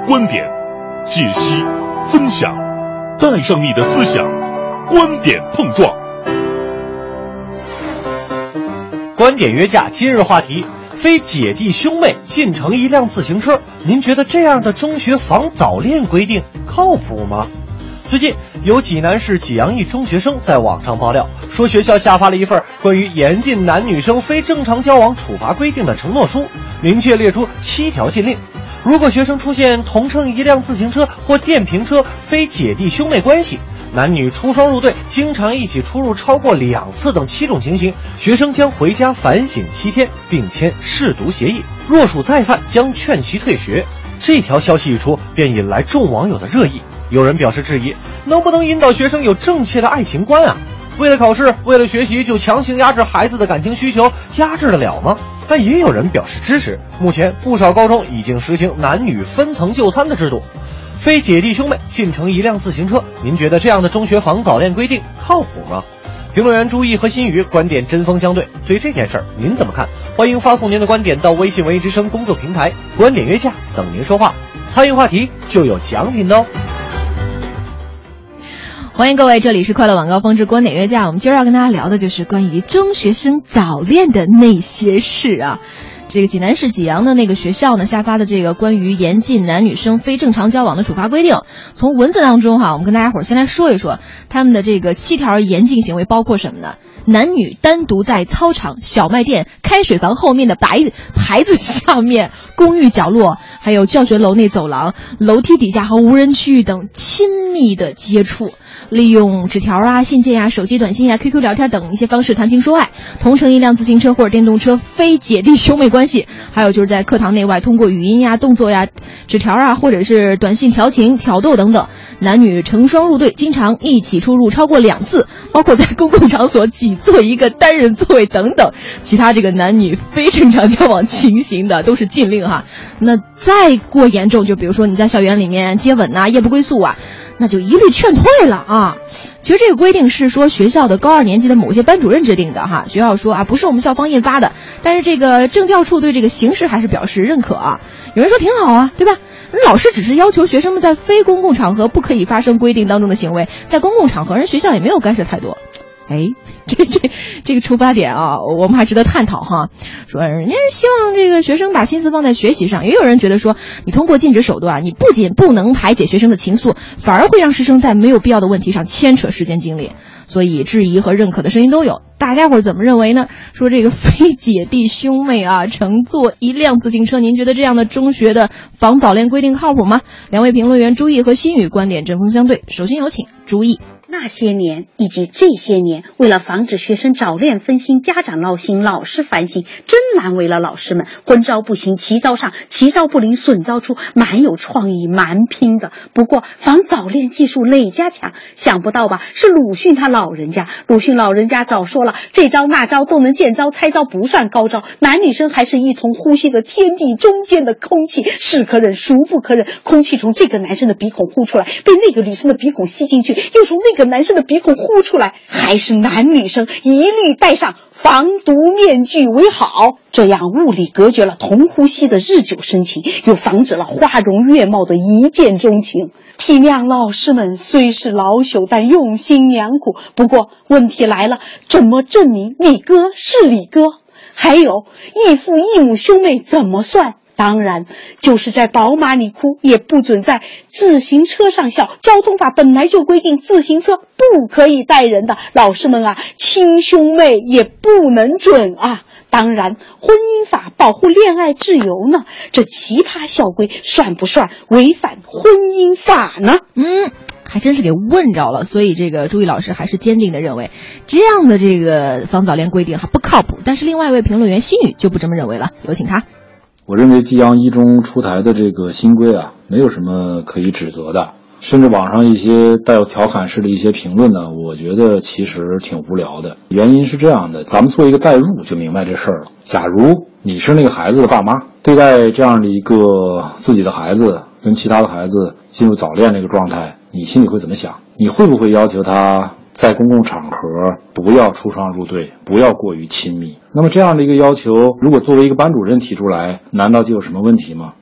观点，解析、分享，带上你的思想，观点碰撞。 观点约架，今日话题：非姐弟兄妹进城一辆自行车，您觉得这样的中学防早恋规定靠谱吗？最近有济南市济阳一中学生在网上爆料，说学校下发了一份关于严禁男女生非正常交往处罚规定的承诺书，明确列出7条禁令。如果学生出现同乘一辆自行车或电瓶车非姐弟兄妹关系，男女出双入对，经常一起出入超过2次等7种情形，学生将回家反省7天，并签誓读协议。若属再犯，将劝其退学。这条消息一出，便引来众网友的热议。有人表示质疑，能不能引导学生有正确的爱情观啊？为了考试，为了学习，就强行压制孩子的感情需求，压制得了吗？但也有人表示支持。目前不少高中已经实行男女分层就餐的制度。非姐弟兄妹进城一辆自行车，您觉得这样的中学防早恋规定靠谱吗？评论员朱毅和新宇观点针锋相对，对这件事儿您怎么看？欢迎发送您的观点到微信文艺之声公众平台，观点约架等您说话，参与话题就有奖品的哦。 欢迎各位，这里是快乐晚高峰之观点约架。我们今儿要跟大家聊的就是关于中学生早恋的那些事啊。这个济南市济阳的那个学校呢，下发的这个关于严禁男女生非正常交往的处罚规定，从文字当中哈，我们跟大家伙儿先来说一说他们的这个7条严禁行为包括什么呢？男女单独在操场、小卖店、开水房后面的牌子下面、公寓角落，还有教学楼内走廊、楼梯底下和无人区域等亲密的接触，利用纸条啊、信件啊、手机短信啊、QQ 聊天等一些方式谈情说爱，同乘一辆自行车或者电动车非姐弟兄妹关系，还有就是在课堂内外通过语音呀、动作呀、纸条啊或者是短信调情、挑逗等等，男女成双入对，经常一起出入超过2次，包括在公共场所挤坐一个单人座位等等，其他这个男女非正常交往情形的都是禁令哈。那再过严重，就比如说你在校园里面接吻啊、夜不归宿啊，那就一律劝退了啊。其实这个规定是说学校的高2年级的某些班主任制定的哈，学校说啊不是我们校方印发的，但是这个政教处对这个形式还是表示认可啊。有人说挺好啊，对吧？老师只是要求学生们在非公共场合不可以发生规定当中的行为，在公共场合人学校也没有干涉太多。这个出发点啊，我们还值得探讨哈。说人家是希望这个学生把心思放在学习上，也有人觉得说，你通过禁止手段，你不仅不能排解学生的情愫，反而会让师生在没有必要的问题上牵扯时间精力。所以质疑和认可的声音都有。大家伙怎么认为呢？说这个非姐弟兄妹啊，乘坐一辆自行车，您觉得这样的中学的防早恋规定靠谱吗？两位评论员朱毅和新宇观点针锋相对。首先有请朱毅。 那些年以及这些年，为了防止学生早恋分心，家长闹心，老师烦心，真难为了老师们。昏招不行，奇招上，奇招不灵，损招出，蛮有创意，蛮拼的。不过防早恋技术哪家强？想不到吧？是鲁迅他老人家。鲁迅老人家早说了，这招那招都能见招，猜招不算高招。男女生还是一同呼吸着天地中间的空气，是可忍孰不可忍。空气从这个男生的鼻孔呼出来，被那个女生的鼻孔吸进去，又从那个男生的鼻孔呼出来，还是男女生一律戴上防毒面具为好，这样物理隔绝了同呼吸的日久生情，又防止了花容月貌的一见钟情。体谅老师们虽是老朽，但用心良苦。不过问题来了，怎么证明李哥是李哥？还有异父异母兄妹怎么算？当然就是在宝马里哭也不准在自行车上笑。交通法本来就规定自行车不可以带人的，老师们啊，亲兄妹也不能准啊。当然婚姻法保护恋爱自由呢，这奇葩校规算不算违反婚姻法呢？ 还真是给问着了。所以这个朱毅老师还是坚定的认为这样的这个防早恋规定还不靠谱。但是另外一位评论员新宇就不这么认为了，有请他。 我认为济阳一中出台的这个新规啊，没有什么可以指责的，甚至网上一些带有调侃式的一些评论呢，我觉得其实挺无聊的。原因是这样的，咱们做一个代入就明白这事儿了。假如你是那个孩子的爸妈，对待这样的一个自己的孩子跟其他的孩子进入早恋这个状态，你心里会怎么想？你会不会要求他在公共场合不要出双入对，不要过于亲密？那么这样的一个要求，如果作为一个班主任提出来，难道就有什么问题吗？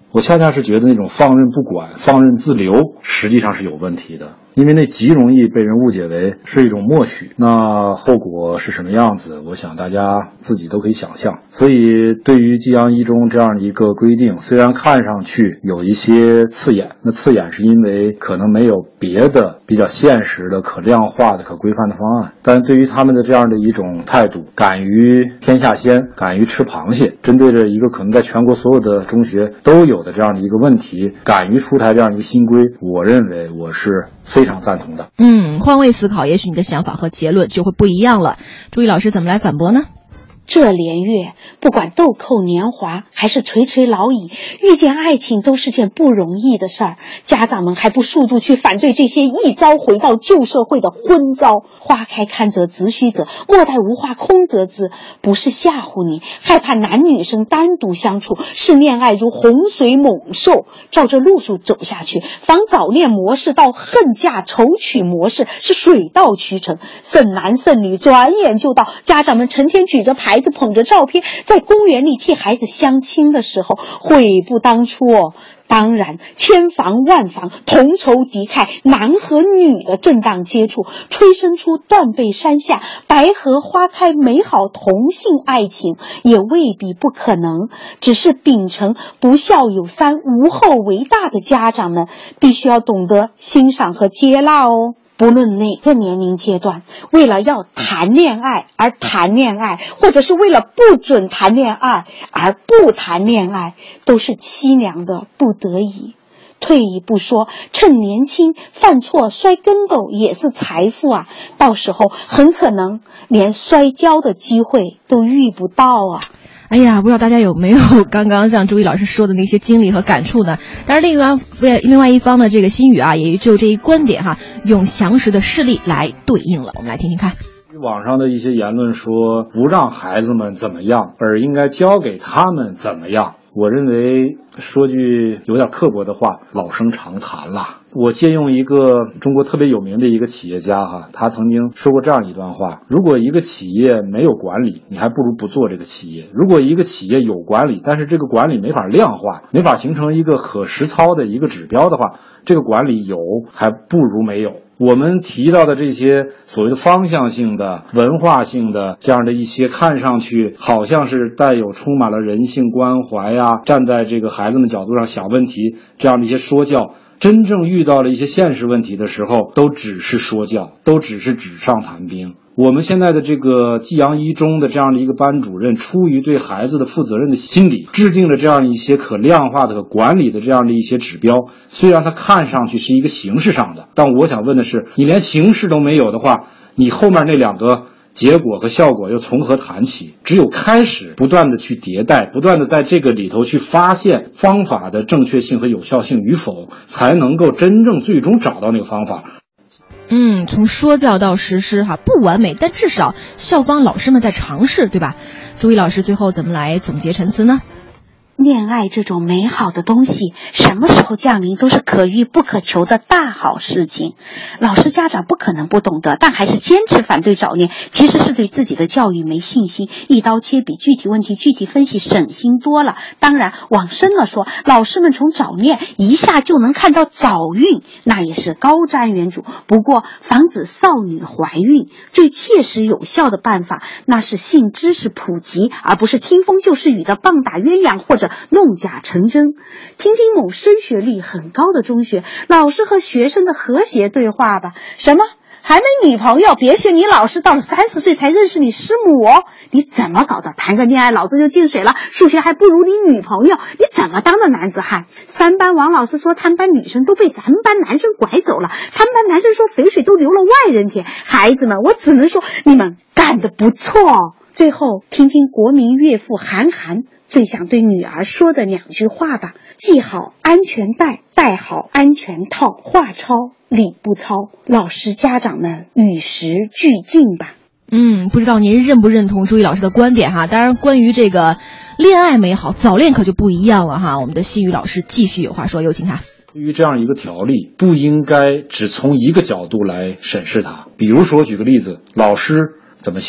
我恰恰是觉得那种放任不管、放任自流，实际上是有问题的。因为那极容易被人误解为是一种默许，那后果是什么样子，我想大家自己都可以想象。所以对于寄养一中这样一个规定，虽然看上去有一些刺眼，那刺眼是因为可能没有别的比较现实的可量化的可规范的方案，但对于他们的这样的一种态度，敢于天下先，敢于吃螃蟹，针对着一个可能在全国所有的中学都有的这样的一个问题，敢于出台这样一个新规，我认为我是非常赞同的。 换位思考，也许你的想法和结论就会不一样了。朱毅老师怎么来反驳呢？ 这连月，不管豆蔻年华还是垂垂老矣，遇见爱情都是件不容易的事儿。家长们还不速度去反对这些一朝回到旧社会的昏招。花开堪折直须折，莫待无花空折枝。不是吓唬你，害怕男女生单独相处，是恋爱如洪水猛兽。照着路数走下去，防早恋模式到恨嫁仇娶模式是水到渠成，剩男剩女转眼就到。家长们成天举着牌子捧着照片，在公园里替孩子相亲的时候，悔不当初哦。当然，千防万防，同仇敌忾，男和女的正当接触，催生出断背山下白荷花开美好同性爱情，也未必不可能。只是秉承不孝有三，无后为大的家长们，必须要懂得欣赏和接纳哦。不论哪个年龄阶段，为了要谈恋爱而谈恋爱，或者是为了不准谈恋爱而不谈恋爱，都是凄凉的不得已。退一步说，趁年轻犯错摔跟斗也是财富啊，到时候很可能连摔跤的机会都遇不到啊。 哎呀，不知道大家有没有刚刚像朱毅老师说的那些经历和感触呢？当然另外一方的这个心语啊，也就这一观点哈，用详实的事例来对应了。我们来听听看。 网上的一些言论说不让孩子们怎么样，而应该教给他们怎么样，我认为说句有点刻薄的话，老生常谈了。我借用一个中国特别有名的一个企业家他曾经说过这样一段话：如果一个企业没有管理，你还不如不做这个企业；如果一个企业有管理，但是这个管理没法量化，没法形成一个可实操的一个指标的话，这个管理有还不如没有。我们提到的这些所谓的方向性的、文化性的这样的一些看上去好像是带有充满了人性关怀站在这个孩子们角度上想问题这样的一些说教，真正遇到了一些现实问题的时候，都只是说教，都只是纸上谈兵。我们现在的这个寄养一中的这样的一个班主任，出于对孩子的负责任的心理，制定了这样一些可量化的、可管理的这样的一些指标。虽然它看上去是一个形式上的，但我想问的是，你连形式都没有的话，你后面那两个结果和效果又从何谈起？只有开始不断的去迭代，不断的在这个里头去发现方法的正确性和有效性与否，才能够真正最终找到那个方法。 从说教到实施不完美，但至少校方老师们在尝试，对吧？朱毅老师最后怎么来总结陈词呢？ 恋爱这种美好的东西，什么时候降临都是可遇不可求的大好事情。老师家长不可能不懂得，但还是坚持反对早恋，其实是对自己的教育没信心。一刀切比具体问题具体分析省心多了。当然往深了说，老师们从早恋一下就能看到早孕，那也是高瞻远瞩。不过防止少女怀孕最切实有效的办法，那是性知识普及，而不是听风就是雨的棒打鸳鸯或者弄假成真。听听某升学率很高的中学老师和学生的和谐对话吧。什么还没女朋友？别学你老师到了30岁才认识你师母哦！你怎么搞的？谈个恋爱脑子就进水了，数学还不如你女朋友，你怎么当的男子汉？3班王老师说他们班女生都被咱们班男生拐走了，他们班男生说肥水都流了外人田。孩子们，我只能说你们干得不错。最后听听国民岳父韩寒最想对女儿说的2句话吧：系好安全带，戴好安全套，话糙理不糙。老师家长们与时俱进吧。 不知道您认不认同朱毅老师的观点当然关于这个恋爱美好，早恋可就不一样了我们的心语老师继续有话说，有请他。 对于这样一个条例，不应该只从一个角度来审视它。比如说举个例子，老师怎么想，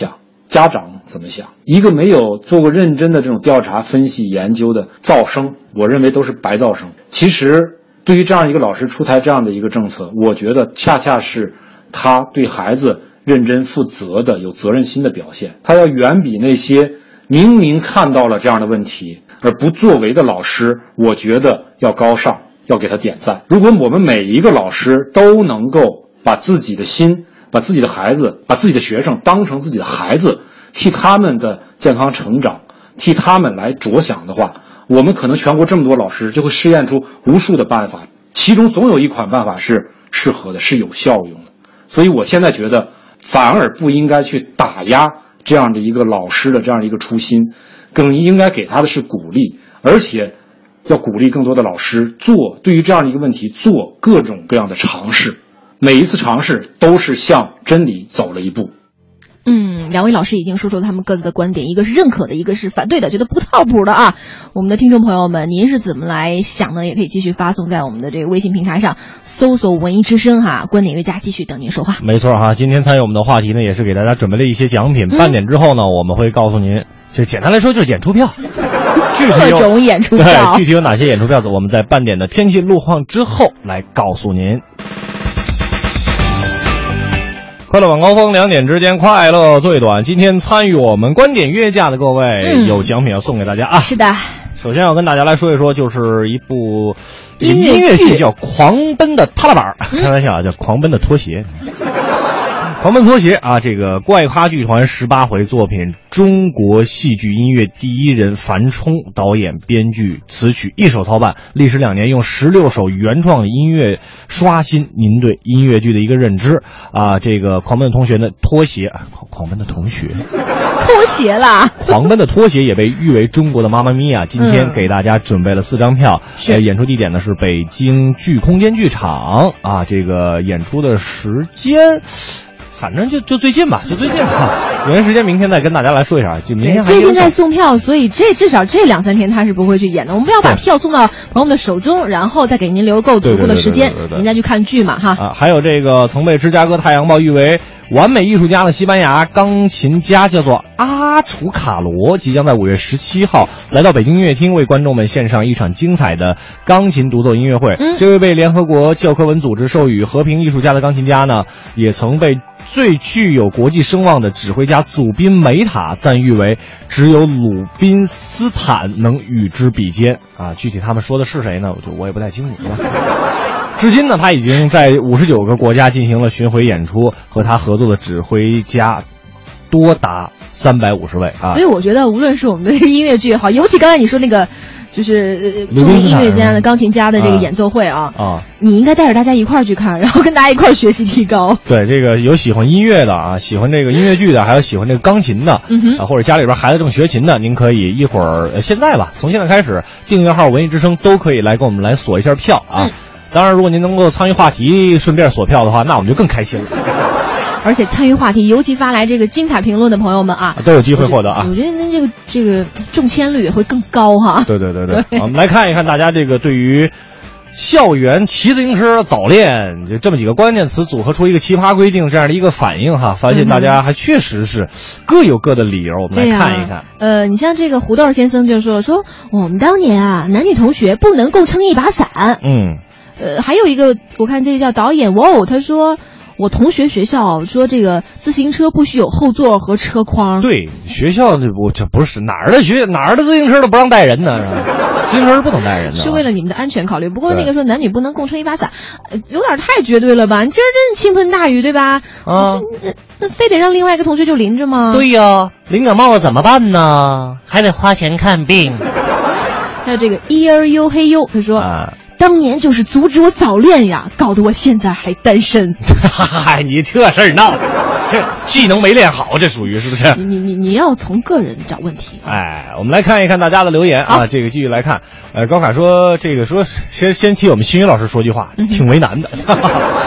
家长怎么想。一个没有做过认真的这种调查、分析、研究的噪声，我认为都是白噪声。其实对于这样一个老师出台这样的一个政策，我觉得恰恰是他对孩子认真负责的、有责任心的表现。他要远比那些明明看到了这样的问题而不作为的老师，我觉得要高尚，要给他点赞。如果我们每一个老师都能够把自己的心、把自己的孩子、把自己的学生当成自己的孩子，替他们的健康成长，替他们来着想的话，我们可能全国这么多老师就会试验出无数的办法，其中总有一款办法是适合的，是有效用的。所以我现在觉得反而不应该去打压这样的一个老师的这样一个初心，更应该给他的是鼓励，而且要鼓励更多的老师对于这样的一个问题做各种各样的尝试，每一次尝试都是向真理走了一步。 两位老师已经说出了他们各自的观点，一个是认可的，一个是反对的，觉得不靠谱的啊。我们的听众朋友们，您是怎么来想呢？也可以继续发送在我们的这个微信平台上，搜索文艺之声观点约架，继续等您说话。 没错哈，今天参与我们的话题呢，也是给大家准备了一些奖品。半点之后呢，我们会告诉您，就简单来说就是演出票， 各种演出票。 对，具体有哪些演出票子，我们在半点的天气路况之后来告诉您。快乐晚高峰2点之间，快乐最短。今天参与我们观点约架的各位，有奖品要送给大家啊！ 是的， 首先要跟大家来说一说，就是一部这个音乐剧叫《狂奔的踏拉板》，开玩笑啊，叫《狂奔的拖鞋》。狂奔拖鞋啊，这个怪咖剧团18回作品，中国戏剧音乐第一人樊冲导演、编剧、词曲一手操办，历时2年，用16首原创音乐刷新您对音乐剧的一个认知啊！这个狂奔的同学呢，拖鞋，狂奔的同学， 拖鞋啦！ 狂奔的拖鞋也被誉为中国的妈妈咪呀！今天给大家准备了4张票，演出地点呢是北京剧空间剧场啊，这个演出的时间。反正就最近吧，有些时间明天再跟大家来说一下。就明天最近在送票，所以至少这2-3天他是不会去演的。我们不要把票送到朋友们的手中，然后再给您留够足够的时间，您再去看剧嘛哈。 啊，还有这个曾被芝加哥太阳报誉为完美艺术家的西班牙钢琴家叫做阿楚卡罗，即将在5月17号来到北京音乐厅，为观众们献上一场精彩的钢琴独奏音乐会。这位被联合国教科文组织授予和平艺术家的钢琴家呢，也曾被最具有国际声望的指挥家祖宾梅塔赞誉为只有鲁宾斯坦能与之比肩啊。具体他们说的是谁呢？我也不太清楚。至今呢，他已经在59个国家进行了巡回演出，和他合作的指挥家多达350位啊。 所以我觉得，无论是我们的这个音乐剧也好，尤其刚才你说那个就是著名音乐家的钢琴家的这个演奏会啊，你应该带着大家一块儿去看，然后跟大家一块儿学习提高。 对，这个有喜欢音乐的啊，喜欢这个音乐剧的，还有喜欢这个钢琴的，或者家里边孩子正学琴的，您可以一会儿现在吧，从现在开始订阅号文艺之声都可以来跟我们来锁一下票啊。当然，如果您能够参与话题，顺便锁票的话，那我们就更开心了。 而且参与话题，尤其发来这个精彩评论的朋友们啊， 都有机会获得啊。 我觉得那这个中签率也会更高哈。 对。我们来看一看大家这个对于校园骑自行车早恋就这么几个关键词组合出一个奇葩规定这样的一个反应哈，发现大家还确实是各有各的理由。我们来看一看。 你像这个胡豆先生就说我们当年啊，男女同学不能共撑一把伞。还有一个我看这个叫导演他说我同学学校说这个自行车不许有后座和车筐。对， 学校这不是哪儿的自行车都不让带人呢，自行车是不能带人的， 是为了你们的安全考虑。不过那个说男女不能共撑一把伞，有点太绝对了吧？你今儿真是倾盆大雨对吧？那非得让另外一个同学就淋着吗？ 对呀，淋感冒了怎么办呢？还得花钱看病。 还有这个 ERU 黑 U 他说当年就是阻止我早恋呀，搞得我现在还单身。 嗨，你这事儿闹的，这技能没练好，这属于是不是？ 你要从个人找问题。 我们来看一看大家的留言啊。这个继续来看，高凯说这个说先替我们新宇老师说句话，挺为难的。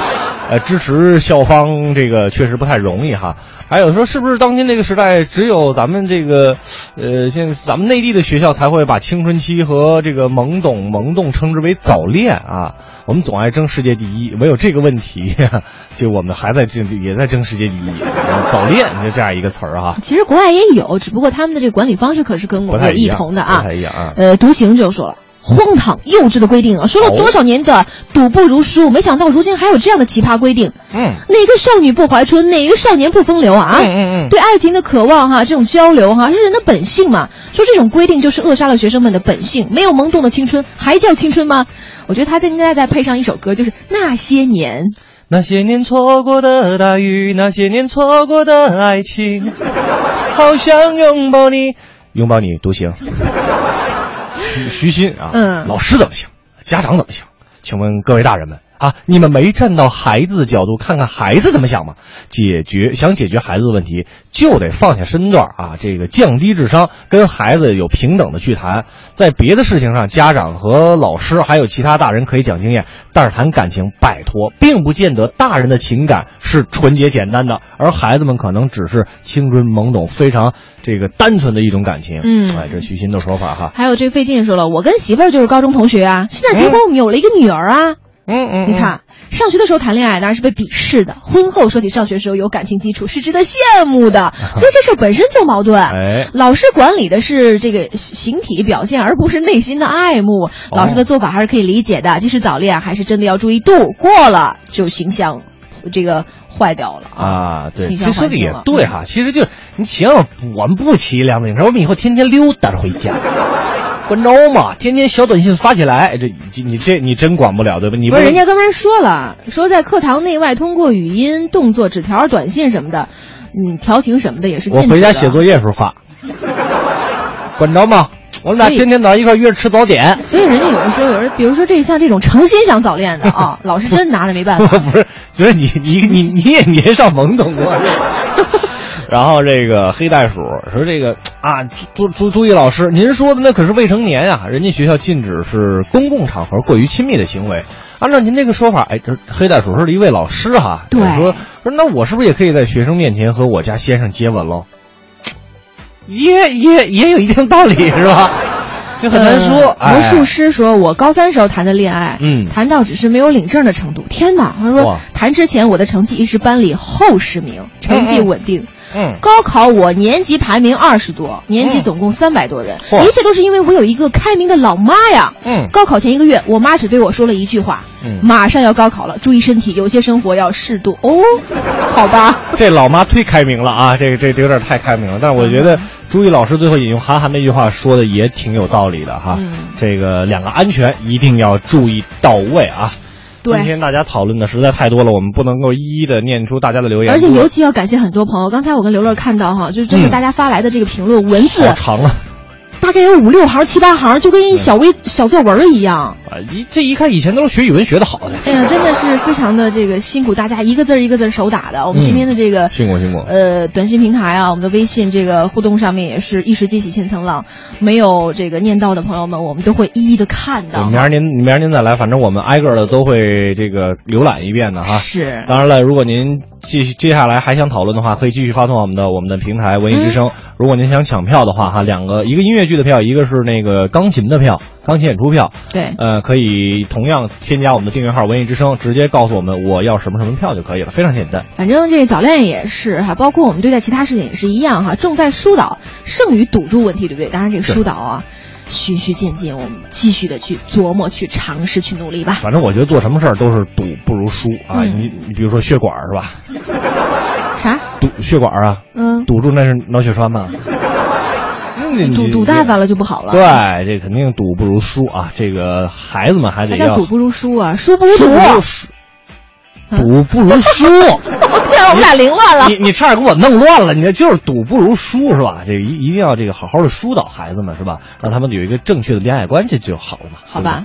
支持校方这个确实不太容易哈。还有说，是不是当今这个时代只有咱们这个，现在咱们内地的学校才会把青春期和这个懵懂称之为早恋啊？我们总爱争世界第一，没有这个问题，就我们还在也在争世界第一，早恋就这样一个词儿哈。 其实国外也有，只不过他们的这个管理方式可是跟我们有异同的啊。 不太一样啊。 独行就说了。荒唐幼稚的规定啊！说了多少年的赌不如输，没想到如今还有这样的奇葩规定。哪个少女不怀春，哪个少年不风流啊？对爱情的渴望哈，这种交流哈，是人的本性嘛。说这种规定就是扼杀了学生们的本性，没有懵懂的青春还叫青春吗？我觉得他应该再配上一首歌，就是那些年。 那些年错过的大雨，那些年错过的爱情，好想拥抱你，独行。虚心啊，老师怎么想，家长怎么想？请问各位大人们啊，你们没站到孩子的角度看看孩子怎么想吗？想解决孩子的问题，就得放下身段啊，这个降低智商，跟孩子有平等的去谈。在别的事情上，家长和老师还有其他大人可以讲经验，但是谈感情，拜托，并不见得大人的情感是纯洁简单的，而孩子们可能只是青春懵懂，非常这个单纯的一种感情。这徐新的说法哈。 还有这个费劲说了，我跟媳妇儿就是高中同学啊，现在结婚我们有了一个女儿啊。你看，上学的时候谈恋爱当然是被鄙视的，婚后说起上学时候有感情基础是值得羡慕的，所以这事本身就矛盾。老师管理的是这个形体表现，而不是内心的爱慕。老师的做法还是可以理解的，即使早恋还是真的要注意度，过了就形象这个坏掉了啊。 对，其实说的也对哈，其实就你请我们不骑辆自行车，我们以后天天溜达着回家。关着嘛，天天小短信发起来，你真管不了对吧？你不是人家刚才说了，说在课堂内外通过语音、动作、纸条、短信什么的，调情什么的也是禁止的。 我回家写作业时候发，关着嘛。我们俩天天早上一块约着吃早点。 所以人家有的时候有人，比如说像这种诚心想早恋的啊，老师真拿着没办法。 不是，觉得你也年少懵懂过。然后这个黑袋鼠说这个啊，注意老师，您说的那可是未成年啊，人家学校禁止是公共场合过于亲密的行为。按照您这个说法，这黑袋鼠是一位老师哈， 对， 说那我是不是也可以在学生面前和我家先生接吻喽？也有一定道理是吧？就很难说。 魔术师说，我高三时候谈的恋爱，谈到只是没有领证的程度。天哪，他说谈之前我的成绩一直班里后10名，成绩稳定。高考我年级排名20多，年级总共300多人，一切都是因为我有一个开明的老妈呀。高考前1个月，我妈只对我说了一句话，马上要高考了，注意身体，有些生活要适度。哦，好吧， 这老妈忒开明了啊，这有点太开明了。但是我觉得朱毅老师最后引用韩寒那句话说的也挺有道理的哈，这个2个安全一定要注意到位啊。今天大家讨论的实在太多了，我们不能够一一的念出大家的留言， 而且尤其要感谢很多朋友。刚才我跟刘乐看到哈，就是这个大家发来的这个评论文字好长啊， 大概有5、6行、7、8行，就跟一小作文一样啊！这一看以前都是学语文学的好的。 哎呀，真的是非常的这个辛苦大家，一个字一个字手打的。我们今天的这个辛苦。 短信平台啊，我们的微信这个互动上面也是一时激起千层浪，没有这个念到的朋友们，我们都会一一的看到。 明儿您再来，反正我们挨个的都会这个浏览一遍的哈。 是。 当然了，如果您接下来还想讨论的话，可以继续发送我们的平台文艺之声。如果您想抢票的话哈，一个音乐剧的票，一个是那个钢琴的票，钢琴演出票。 对。 可以同样添加我们的订阅号文艺之声，直接告诉我们我要什么票就可以了，非常简单。 反正这早恋也是哈，包括我们对待其他事情也是一样哈，重在疏导胜于堵住问题，对不对？当然这个疏导啊，循序渐进，我们继续的去琢磨、去尝试、去努力吧。 反正我觉得做什么事儿都是赌不如输啊。你比如说血管是吧？ 啥？ 堵血管啊？堵住那是脑血栓吗？ 赌大发了就不好了。 对，这肯定赌不如输啊！这个孩子们还得要赌不如输啊，输不如赌， 赌不如输。 我们俩凌乱了。 你差点给我弄乱了，你这就是赌不如输是吧？这个一定要这个好好的疏导孩子们是吧？让他们有一个正确的恋爱关系就好了嘛。 好吧。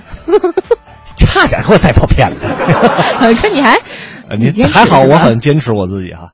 差点给我带跑偏了。 可你还好，我很坚持我自己哈。